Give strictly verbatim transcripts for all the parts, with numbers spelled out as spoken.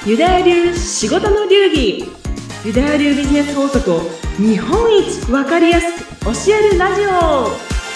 ユダヤ流仕事の流儀、ユダヤ流ビジネス法則を日本一わかりやすく教えるラジオ。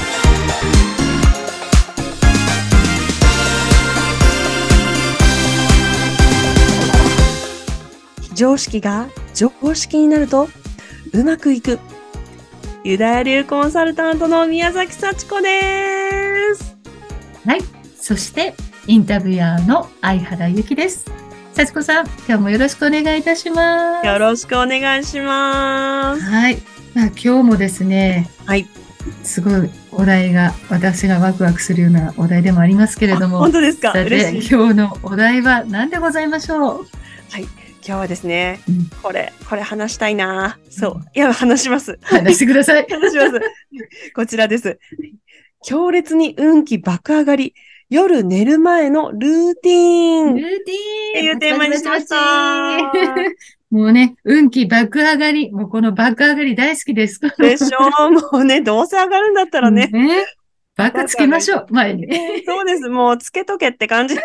常識が常識になるとうまくいく。ユダヤ流コンサルタントの宮崎幸子です。 はい、そしてインタビュアーの相原由紀です。幸子さん、今日もよろしくお願いいたします。 よろしくお願いします。 はい、まあ、今日もですね、はい、すごいお題が私がワクワクするようなお題でもありますけれども、 本当ですか。 さて今日のお題は何でございましょう。 はい、今日はですね、うん、これこれ話したいな。そう、 うん、 いや話します。 話してください。 話します。こちらです。強烈に運気爆上がり。夜寝る前のルーティーン。 ルーティーンっていうテーマにしました。 もうね、運気爆上がり。もうこの爆上がり大好きです。 でしょう。もうね、どうせ上がるんだったらね。 ね、爆つけましょう。前に。 そうです。もうつけとけって感じです。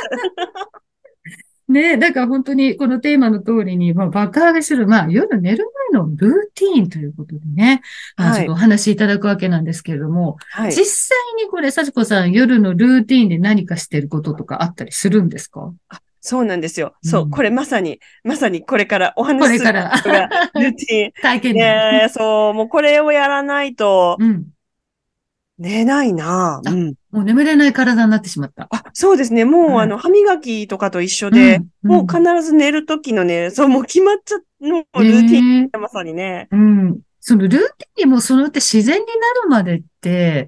ね、だから本当にこのテーマの通りに、まあ、爆上げする、まあ、夜寝る前のルーティーンということでね、まあ、ちょっとお話しいただくわけなんですけれども、はい、実際にこれ、幸子さん、夜のルーティーンで何かしてることとかあったりするんですか？ あ、そうなんですよ。うん、そう、これまさに、まさにこれからお話しするのがルーティーン。 体験ねえ、そう、もうこれをやらないと、 うん寝ないなぁ、うん。 もう眠れない体になってしまった。 あ、そうですね。もう、はい、あの、歯磨きとかと一緒で、うんうん、もう必ず寝るときのね、そう、もう決まっちゃうのルーティンってまさにね。 うん。そのルーティンにもそのって自然になるまでって、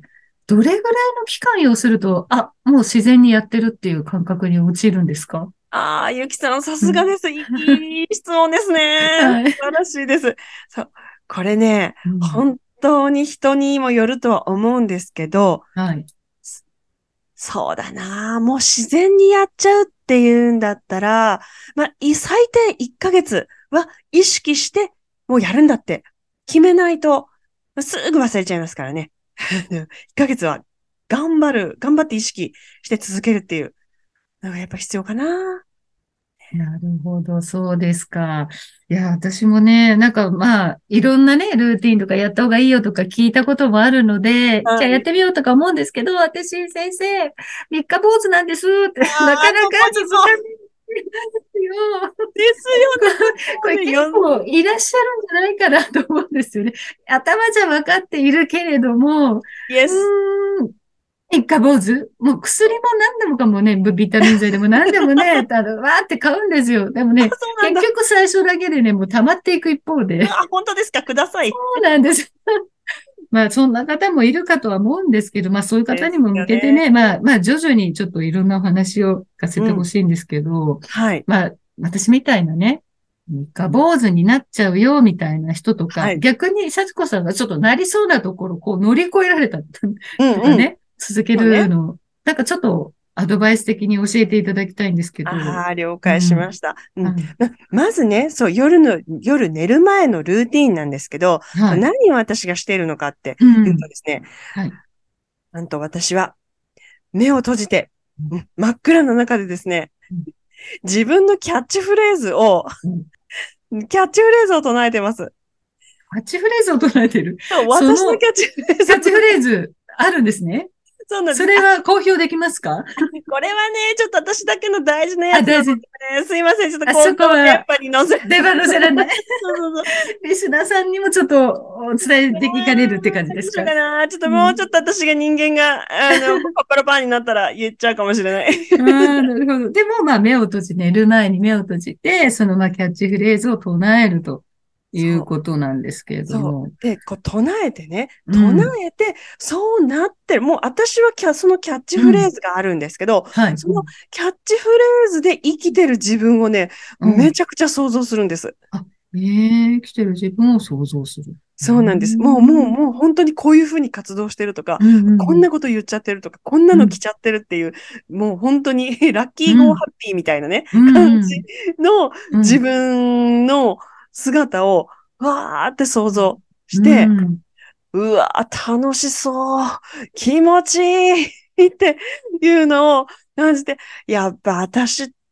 どれぐらいの期間要すると、あ、もう自然にやってるっていう感覚に陥るんですか？ ああ、ゆきさん、さすがです。うん、いい質問ですね。はい、素晴らしいです。そう。これね、うん、本当に人にもよるとは思うんですけど、 はい。 そうだな。もう自然にやっちゃうっていうんだったら、まあ、最低いっかげつは意識してもうやるんだって決めないと、すぐ忘れちゃいますからね。いっかげつは頑張る、頑張って意識して続けるっていうのがやっぱ必要かな。 なるほど、そうですか。いや、私もね、なんかまあ、いろんなね、ルーティンとかやった方がいいよとか聞いたこともあるので、はい、じゃあやってみようとか思うんですけど、私、先生、三日坊主なんですって、なかなか続かない。 ですよ。ですよね。 これ結構いらっしゃるんじゃないかなと思うんですよね。頭じゃ分かっているけれども、 yes. うーん三日坊主もう薬も何でもかもね、ビタミン剤でも何でもね、あのわーって買うんですよ。でもね、結局最初だけでね、もう溜まっていく一方で。 あ、本当ですか？ください。 そうなんです。まあ、そんな方もいるかとは思うんですけど、まあ、そういう方にも向けてね、ねまあ、まあ、徐々にちょっといろんなお話を聞かせてほしいんですけど、うん、はい。まあ、私みたいなね、三日坊主になっちゃうよ、みたいな人とか、はい、逆に幸子さんがちょっとなりそうなところ、こう乗り越えられたとかね、うんうん、続けるの、ね、なんかちょっとアドバイス的に教えていただきたいんですけど。 ああ、了解しました。うんうんま。まずね、そう、夜の、夜寝る前のルーティーンなんですけど、はい、何を私がしているのかっていうとですね、うんはい、なんと私は目を閉じて、うん、真っ暗の中でですね、うん、自分のキャッチフレーズを、うん、キャッチフレーズを唱えてます。 キャッチフレーズを唱えてる。 そう、私のキャッチフレーズ。 キャッチフレーズあるんですね。 そうなんです。 それは公表できますか？ これはね、ちょっと私だけの大事なやつなので、ね、すいません、ちょっと公表電波に載せられない。 電波載せられない。そうそうそう。リスナーさんにもちょっとお伝えできかねるって感じですか？ どうしようかな。ちょっともうちょっと私が人間が、あの、パッパラパーになったら言っちゃうかもしれない。 ああ、なるほど。でも、まあ、目を閉じ、寝る前に目を閉じて、その、まあ、キャッチフレーズを唱えると。いうことなんですけれども。 そう。で、こう、唱えてね、唱えて、うん、そうなってる。もう私はキャそのキャッチフレーズがあるんですけど、うんはい、そのキャッチフレーズで生きてる自分をね、うん、めちゃくちゃ想像するんです。 あ、ええー、生きてる自分を想像する。 そうなんです。もう、もう、もう本当にこういうふうに活動してるとか、うんうんうん、こんなこと言っちゃってるとか、こんなの来ちゃってるっていう、うん、もう本当にラッキーゴーハッピーみたいなね、うん、感じの自分の姿を、わーって想像して、うん、うわー楽しそう、気持ちいいっていうのを感じて、やっぱ私っ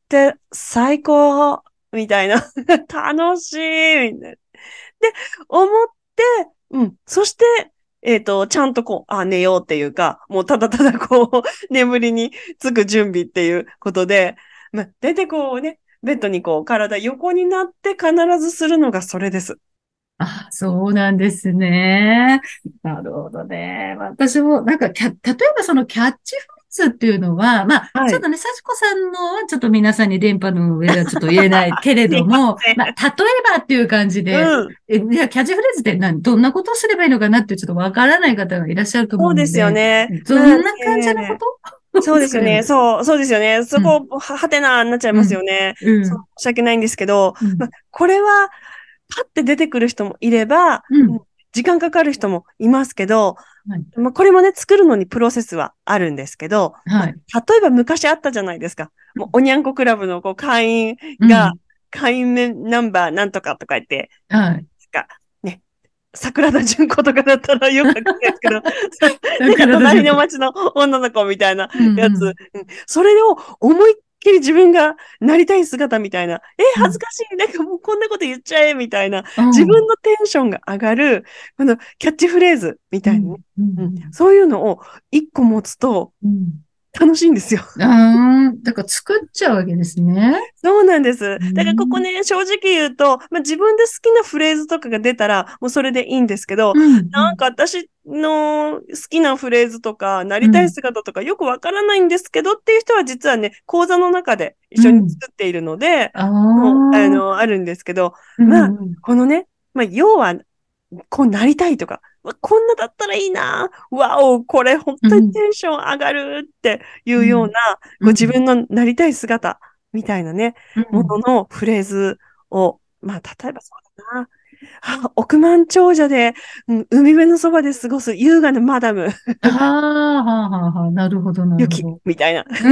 って最高みたいな。楽しいみたいな。で、思って、うん。そして、えっと、ちゃんとこう、あ、寝ようっていうか、もうただただこう、眠りにつく準備っていうことで、まあ、大体こうね、ベッドにこう、体横になって必ずするのがそれです。 あ、そうなんですね。なるほどね。私も、なんか、キャ、例えばそのキャッチフレーズっていうのは、まあ、 はい。 ちょっとね、幸子さんのはちょっと皆さんに電波の上ではちょっと言えないけれすいまども、 せん。 まあ、例えばっていう感じで、 うん。 え、いや、キャッチフレーズって何、どんなことをすればいいのかなってちょっとわからない方がいらっしゃると思そうですようので、 ね。 どまあんな感じのこね、 とをそうですよね。 すればいい。 そう、そうですよね。そうん、 こ、は、はてなになっちゃいうん、 ますよね。そう、 うん、 申し訳ないんですけど、まあ、 うん、 これは、パッて出てくる人もいれば、 うん。 うん、時間かかる人もいますけど、 はい、 まあ、これもね、作るのにプロセスはあるんですけど、まあ、 はい、 例えば昔あったじゃないですか。もう、おにゃんこクラブのこう会員が、 うん、 会員ナンバーなんとかとか言って、 はい。 なんか、ね、桜田淳子とかだったらよくわかんないですけど、なんか桜田隣淳子。 の町の女の子みたいなうんやつ、 うん。 うん、それを思いっきり自分がなりたい姿みたいな、え、 うん。 恥ずかしい、なんかもうこんなこと言っちゃえ、みたいな、 うん。 自分のテンションが上がる、このキャッチフレーズみたいなね、 うん。ううん、 ん。 そういうのを一個持つとうん。 楽しいんですよ。 ああ、だから作っちゃうわけですね。 そうなんです。 うだからここん。 ね、正直言うと、まあ、自分で好きなフレーズとかが出たら、もうそれでいいんですけど、 うん。うなんん。 か私の好きなフレーズとか、なりたいうん。 姿とかよくわからないんですけどっていう人は実はね、講座の中で一緒にうん。 作っているので、 あもう、あの、 あ。 あるんですけど、 うまあ、 ん。 このね、まあ、要は、こうなりたいとか、わこんなだったらいいな、わお、これ本当にうん。 テンション上がるっていうよううん。 な、こう自うん。 分のなりたい姿みたいなね、もうん。 ののフレーズを、まあ、例えばそうだな。あ、億万長者で、うん、海辺のそばで過ごす優雅なマダム、 ああ、はあ、はあ、はあ。なるほど、なユキ、 るほど。 みたいな。 うん、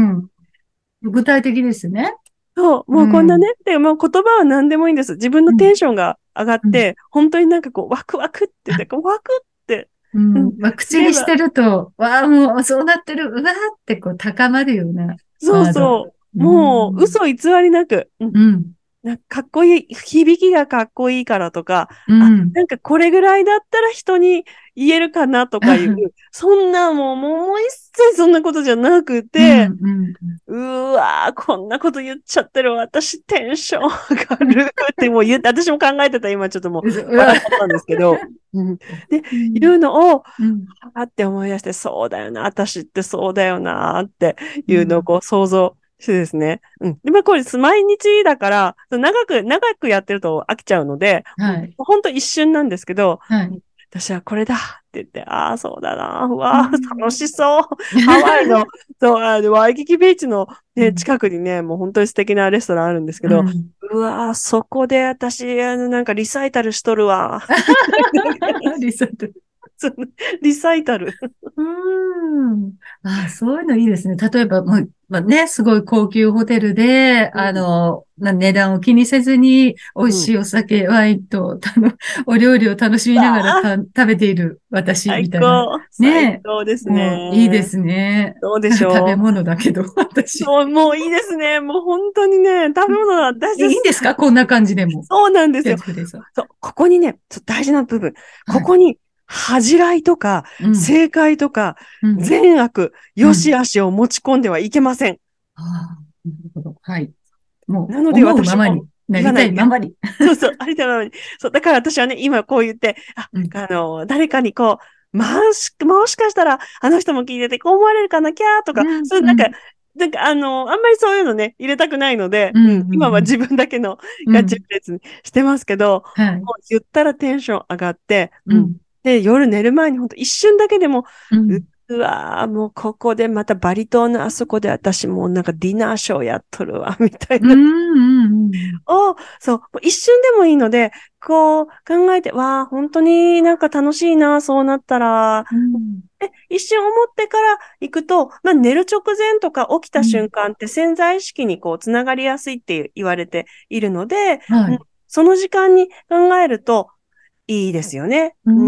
うん。具体的ですね。 そう、もうこんなうん。 ね、で、もう言葉は何でもいいんです。自分のテうん。 ンションが上がっうん。 て、本当になんかこう、ワクワクって言って、こうワクって、 ううん、 ん。まあ、 すれば、 口にしてると、わあ、もう、そうなってる、うわーってこう、高まるようなそうワード。 そう、 うもうん。 嘘偽りなく、うん、 うん。 なんかかっこいい、響きがかっこいいからとか、あ、 うん。 なんかこれぐらいだったら人に言えるかなとかいう、そんなもう、もう一切そんなことじゃなくうん。 て、 うん。 うわー、こんなこと言っちゃってる私テンション上がるってもう言って、私も考えてた今ちょっともううわ。 笑っちゃったんですけど、うん、で、 うん。 言うのを、 うん。 あって思い出して、そうだよな、私ってそうだよなっていうのをうん。 こう想像してですね。うん。で、まあこれ毎日だから、長く、長くやってると飽きちゃうので、うん。 はい。 ほんと一瞬なんですけど、 はい。 うん、私はこれだって言って、ああ、そうだな、ううわあ、楽ん。 しそう。ハワイの、そう、あの、ワイキキビーチの、ね、 うん。 近くにね、もう本当に素敵なレストランあるんですけど、 うん。 うわあ、そこで私、あの、なんかリサイタルしとるわ。 リサイトル。 そのリサイタル。 うーん。あ、そういうのいいですね。例えば、もう、まあね、すごい高級ホテルで、あうん、 の、な値段を気にせずに、美味うん。 しいお酒、ワインと、たの、お料理を楽しみながらわあ、 た食べている私、 最みたいな。 高、最ね高ですえ。もう、いいでね。 すね。 どうでし食べょう。 物だけど、私。 そう、もういいですね。もう本当にね、食べ物は大事です。 いいんですかこんな感じでも。 そうなんですよ。 キャッチフレーズは。 そう、ここにね、ちょっと大事な部分。 はい。 ここに、恥じらいとか、 うん。 正解とか、 うん。 善悪、 うん。 良し悪しを持ち込んではいけません。 ああ、なるほど。はい。もう、 なので思うま私もまになりた言わない。 いままに。 そうそう、ありたままに。そう、だから私はね、今こう言って、あ、 うん。 あの、誰かにこう、まあし、もしかしたら、あの人も聞いてて、こう思われるかな、キャーとか、 うん。 そういう、なんか、 うん。 なんか、あの、あんまりそういうのね、入れたくないので、 うん。 うん、今はうん。 自分だけのうん。 キャッチフレーズにしてますけど、 はい。 もう言ったらテンション上がって、うん。 うん。 で、夜寝る前に本当一瞬だけでも、ううん。 うわーもうここでまたバリ島のあそこで私もうなんかディナーショーやっとるわ、みたいうん。 なうん。 を、そう、もう一瞬でもいいので、こう考えて、わあ、本当になんか楽しいな、そうなったら。 うん。 で、一瞬思ってから行くと、まあ、寝る直前とか起きたうん。 瞬間って潜在意識にこうつながりやすいって言われているので、うん、 はい。 その時間に考えるといいですよね。 ううん。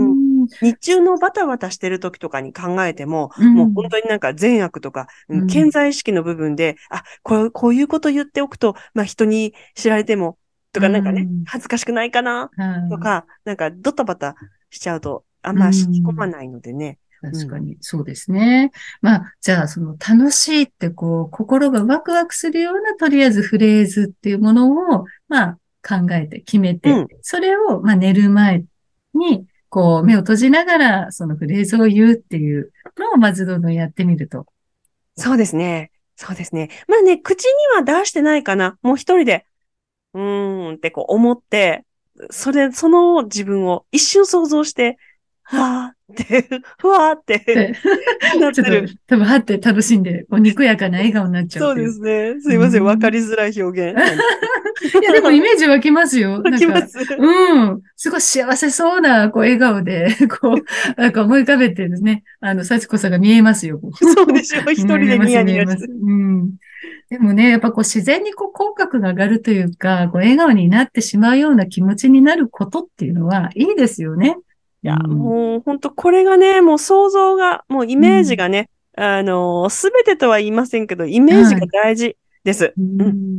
日中のバタバタしてる時とかに考えても、うん、もう本当になんか善悪とか、うん、健在意識の部分で、あ、こう、こういうこと言っておくと、まあ人に知られても、とかなんかね、恥ずかしくないかな、とか、なんかドタバタしちゃうと、あんま引き込まないのでね。 確かに、そうですね。まあ、じゃあ、その楽しいってこう、心がワクワクするような、とりあえずフレーズっていうものを、まあ、考えて、決めて、うん、それを、まあ、寝る前に、こう、目を閉じながら、そのフレーズを言うっていうのを、まずどんどんやってみると。 そうですね。そうですね。まあね、口には出してないかな。もう一人で、うーんってこう思って、それ、その自分を一瞬想像して、はぁって、ふわーってなってる。 ちょっと、多分、はって楽しんで、こう、にこやかな笑顔になっちゃうそうですね。すいません。わかりづらい表現。 いや、でもイメージ湧きますよ。 湧きます。 うん。すごい幸せそうな、こう、笑顔で、こう、なんか思い浮かべてですね、あの、幸子さんが見えますよ。 そうでしょう。一人でニヤニヤして。 うん。でもね、やっぱこう自然にこう口角が上がるというか、こう笑顔になってしまうような気持ちになることっていうのはいいですよね。 いや、うん、もう本当これがね、もう想像が、もうイメージがね、うん、あの、すべてとは言いませんけど、イメージが大事です。はい、うん。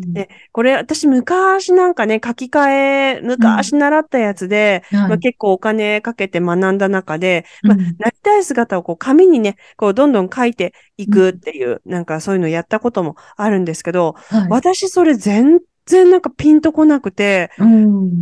で、これ私昔なんかね、書き換え、昔習ったやつで、うん、まあ、結構お金かけて学んだ中で、まあ、なりたい姿をこう紙にね、こうどんどん書いていくっていう、うん、なんかそういうのやったこともあるんですけど、はい、私それ全然なんかピンとこなくて、うん、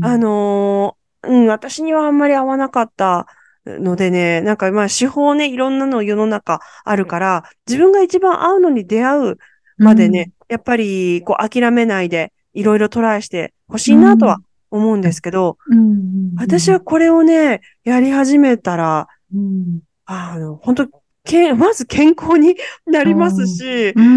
あのーうん、私にはあんまり合わなかったのでね、なんかまあ手法ね、いろんなの世の中あるから、自分が一番合うのに出会うまでね、うん、やっぱりこう諦めないでいろいろトライしてほしいなとは思うんですけど、うんうんうん、私はこれをね、やり始めたら、うん、あの、本当けまず健康になりますし、うん、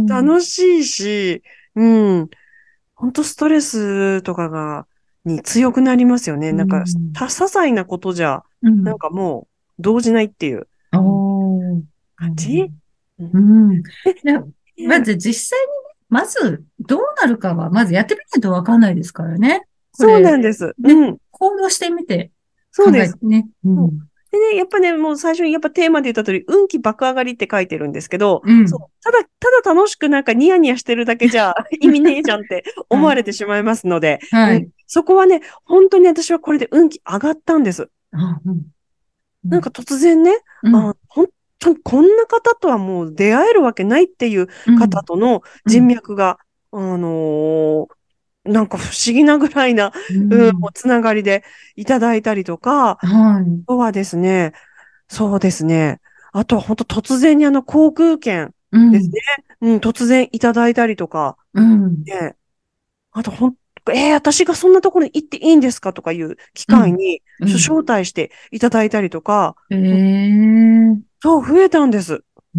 楽しいし、うん、本当ストレスとかが、に強くなりますよね。うん、なんか、た、些細なことじゃ、うん、なんかもう、動じないっていう、うん、感じ、 うん、うん。まず実際にね、まずどうなるかは、まずやってみないとわかんないですからね。 そうなんです。 ね、うん。行動してみて考えてね。 うん。でね、やっぱね、もう最初にやっぱテーマで言った通り、運気爆上がりって書いてるんですけど、うん、そう、ただ、ただ楽しくなんかニヤニヤしてるだけじゃ意味ねえじゃんって思われてしまいますので、はい、うん、そこはね、本当に私はこれで運気上がったんです。うんうん、なんか突然ね、うん、あ、本当にこんな方とはもう出会えるわけないっていう方との人脈が、うん、あのー、なんか不思議なぐらいな、うん、つながりでいただいたりとか、はい、あとはですね、そうですね。あとは本当突然にあの航空券ですね。うん、うん、突然いただいたりとか。うん。ね、あとほん、えー、私がそんなところに行っていいんですかとかいう機会に、うん、招待していただいたりとか。えー、そう、増えたんです。 うん、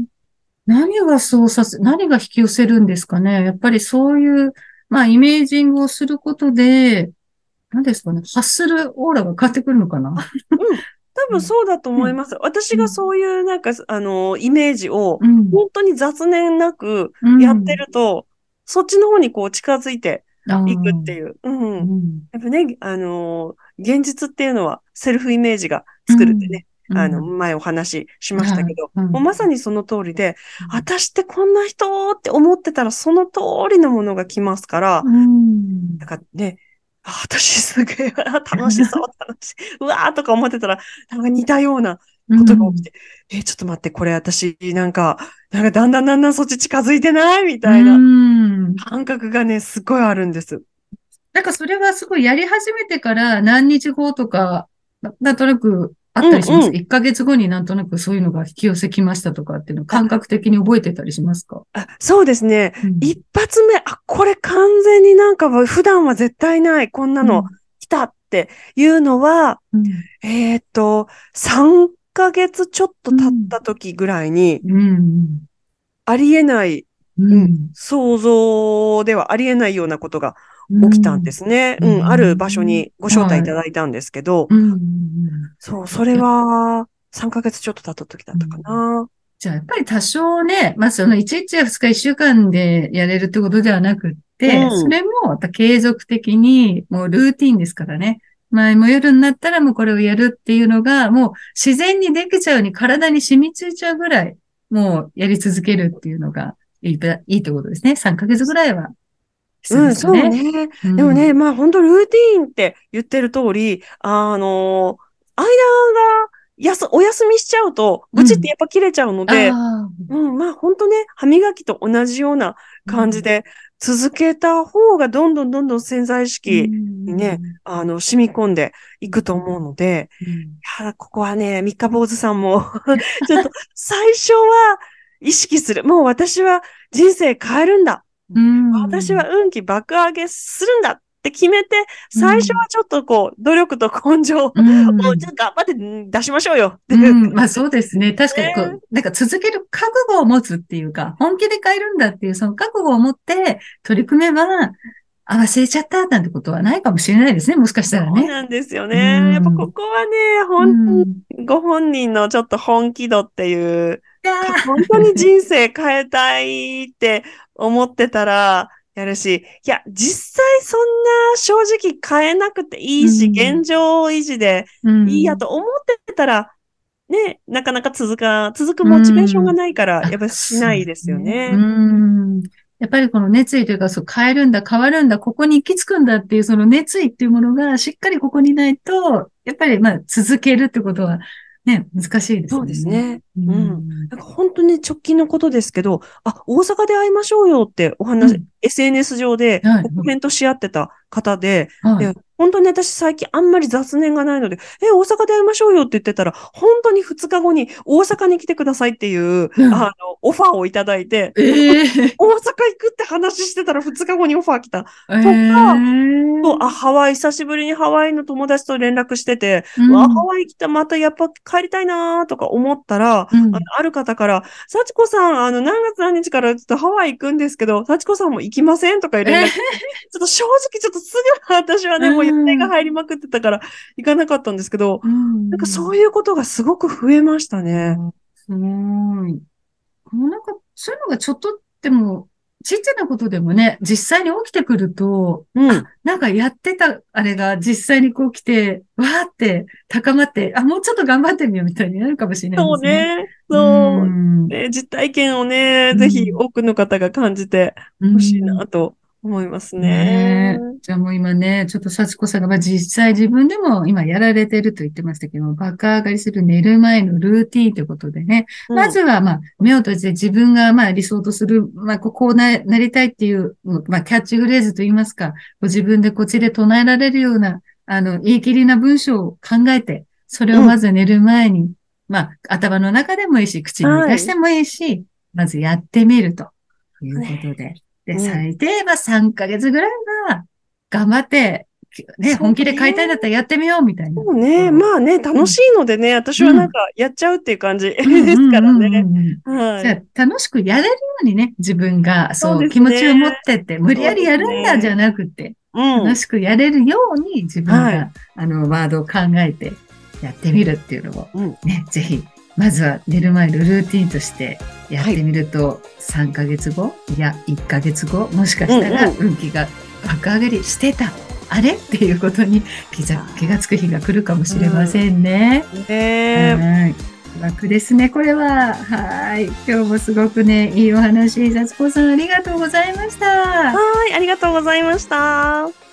何がそうさせ、何が引き寄せるんですかね。やっぱりそういう、まあイメージングをすることで、何ですかね。発するオーラが変わってくるのかな。うん。 多分そうだと思います。うん、私がそういうなんか、あの、イメージを、本当に雑念なくやってると、うん、そっちの方にこう近づいていくっていう。うん。うん、やっぱね、あの、現実っていうのはセルフイメージが作るってね。うん、あの、前お話ししましたけど、もうまさにその通りで、私ってこんな人って思ってたらその通りのものが来ますから、なんかね、あ、私すげえ楽しそう、楽しい、うわーとか思ってたら、なんか似たようなことが起きて、うん、え、ちょっと待って、これ私、なんか、なんかだんだんだんだんそっち近づいてないみたいな感覚がね、すごいあるんです。 なんかそれはすごいやり始めてから何日後とか、なんとなくあったりします、うんうん、いっかげつごになんとなくそういうのが引き寄せきましたとかっていうのを感覚的に覚えてたりしますか？ あ、そうですね、うん。一発目、あ、これ完全になんか普段は絶対ない、こんなの来たっていうのは、うん、えー、っと、さんかげつちょっと経った時ぐらいに、うんうん、ありえない、うん、想像ではありえないようなことが起きたんですね。うん、うん、ある場所にご招待いただいたんですけど、はい、そう、それはさんかげつちょっと経った時だったかな。うん、 じゃあ、やっぱり多少ね、まあ、そのいちにちやふつかいっしゅうかんでやれるってことではなくって、うん、それもやっぱ継続的に、もうルーティンですからね。 まあ、もう夜になったらもうこれをやるっていうのが、もう自然にできちゃうように体に染みついちゃうぐらい、もうやり続けるっていうのがいい、いいってことですね。さんかげつぐらいは必要うん、 ですよね。 そうね。 うん、 でもね、まあ本当ルーティーンって言ってる通り、あのー、間がやす、お休みしちゃうと、 うん。 ブチってやっぱ切れちゃうので、 ああ、 うん、まあ本当ね、歯磨きと同じようなうん、 感じで続けた方がどんどんどんどん潜在意う識にね、 ん、 あの、染み込んでいうん、 くと思うので、 うん、 いや、ここはね、三日坊主さんもちょっと最初は意識する。もう私は人生変えるんだ。 う私はん、 運気爆上げするんだって決めて、 うん、 最初はちょっとこう、努力と根性を、 うん。 ちょっと頑張って出しましょうよってういう感ん、まあじでそうですね。確かにこう、 すね。 なんか続ける覚悟を持つっていうか、本気で変えるんだっていう、その覚悟を持って取り組めば、あ、忘れちゃったなんてことはないかもしれないですね。もしかしたらそうね。 なんですようね。やっぱこん。 こはね、 う本ん。 ご本人のちょっと本気度っていう、 いやか本当に人生変えたいって思ってたらやるし、いや、実際そんな正直変えなくていーういし、現ん。 状維持でうん。 いいやと思ってたら、ね、なかなか続か、続くうモチベーションがん。 ないから、 あ、 やっぱしそうでないですよすね。うね。 ん。やっぱりこの熱意というか、そう、変えるんだ、変わるんだ、ここに行き着くんだっていう、その熱意っていうものがしっかりここにないと、やっぱりまあ続けるってことはね、難しいですそうよね。 ですね。 ううん。 ん。 なんか本当に直近のことですけど、あ、大阪で会いましょうよってお話、 うん。 エスエヌエス 上ではい。 こうコメントし合ってた方で、で、 はい。 本当に私最近あんまり雑念がないので、え、大阪で会いましょうよって言ってたら、本当にふつかごに大阪に来てくださいっていう、あの、 うん。 オファーをいただいて、で、 ええ大阪行くって話してたらふつかごにオファー来たえとか、そう、あ、 えハワイ、久しぶりにハワイの友達と連絡してて、うわ、ハうん。 ワイ来た、またやっぱ帰りたいなとか思ったら、あの、 うん。 ある方から、幸子さん、あの、何月何日からちょっとハワイ行くんですけど、幸子さんも行きませんとかいう連絡。ちええょっと正直ちょっとすぐ私はうね、もう予定がん。 入りまくってたから行かなかったんですけど、 うなんかそうん。 いうことがすごく増えましたね。 ああ、すごい。もうなんか、そういうのがちょっとでも、ちっちゃなことでもね、実際に起きてくると、あ、 うん。 なんかやってたあれが実際にこう来て、わーって高まって、あ、もうちょっと頑張ってみようみたいになるかもしれないそうですね。 ね。 うーそう。 ん。 ね、実体験をね、ぜひうん。 多くの方が感じてうほしいん。 なと思いますね。 ねえ。じゃあもう今ね、ちょっと幸子さんが、まあ実際自分でも今やられてると言ってましたけど、爆上がりする寝る前のルーティーンということでね。 うん。 まずはまあ目を閉じて自分がまあ理想とする、まあここうな、なりたいっていう、まあキャッチフレーズと言いますか、ご自分でこっちで唱えられるような、あの、言い切りな文章を考えて、それをうん。 まず寝る前に、まあ頭の中でもいいし、口にはい。 出してもいいし、まずやってみるというね。 ことで。で、 うん。 最低はさんかげつぐらいは頑張って、ね、 そう本気で買いたいんだったね。 らやってみようみたいなとそうね。 ころ。 まあね、楽しうん、 いのでね、私はなんかうん、 やっちゃうっていう感じうん、 ですかうん、うん、うらね。 んうん。じゃはい。 あ、楽しくやれるようにね、自分が、 そうそう、 ですね。 気持ちを持ってって、無理そうでやりやるんだじすね。 ゃなくて、 うん。 楽しくやれるように自分はい。 が、あの、ワードを考えてやってみるっていうのを、 うん。 ね、ぜひ、まずは寝る前のルーティンとしてやっはい。 てみると、さんかげつご、いや、いっかげつご、もしかしたらうんうん。 運気が爆上がりしてた。あれっていうことに気づ気がつく日が来るかもしれませんね。 うん。ねはい。楽ですね、これは。はい。今日もすごくね、いいお話、幸子さんありがとうございました。 はい。ありがとうございました。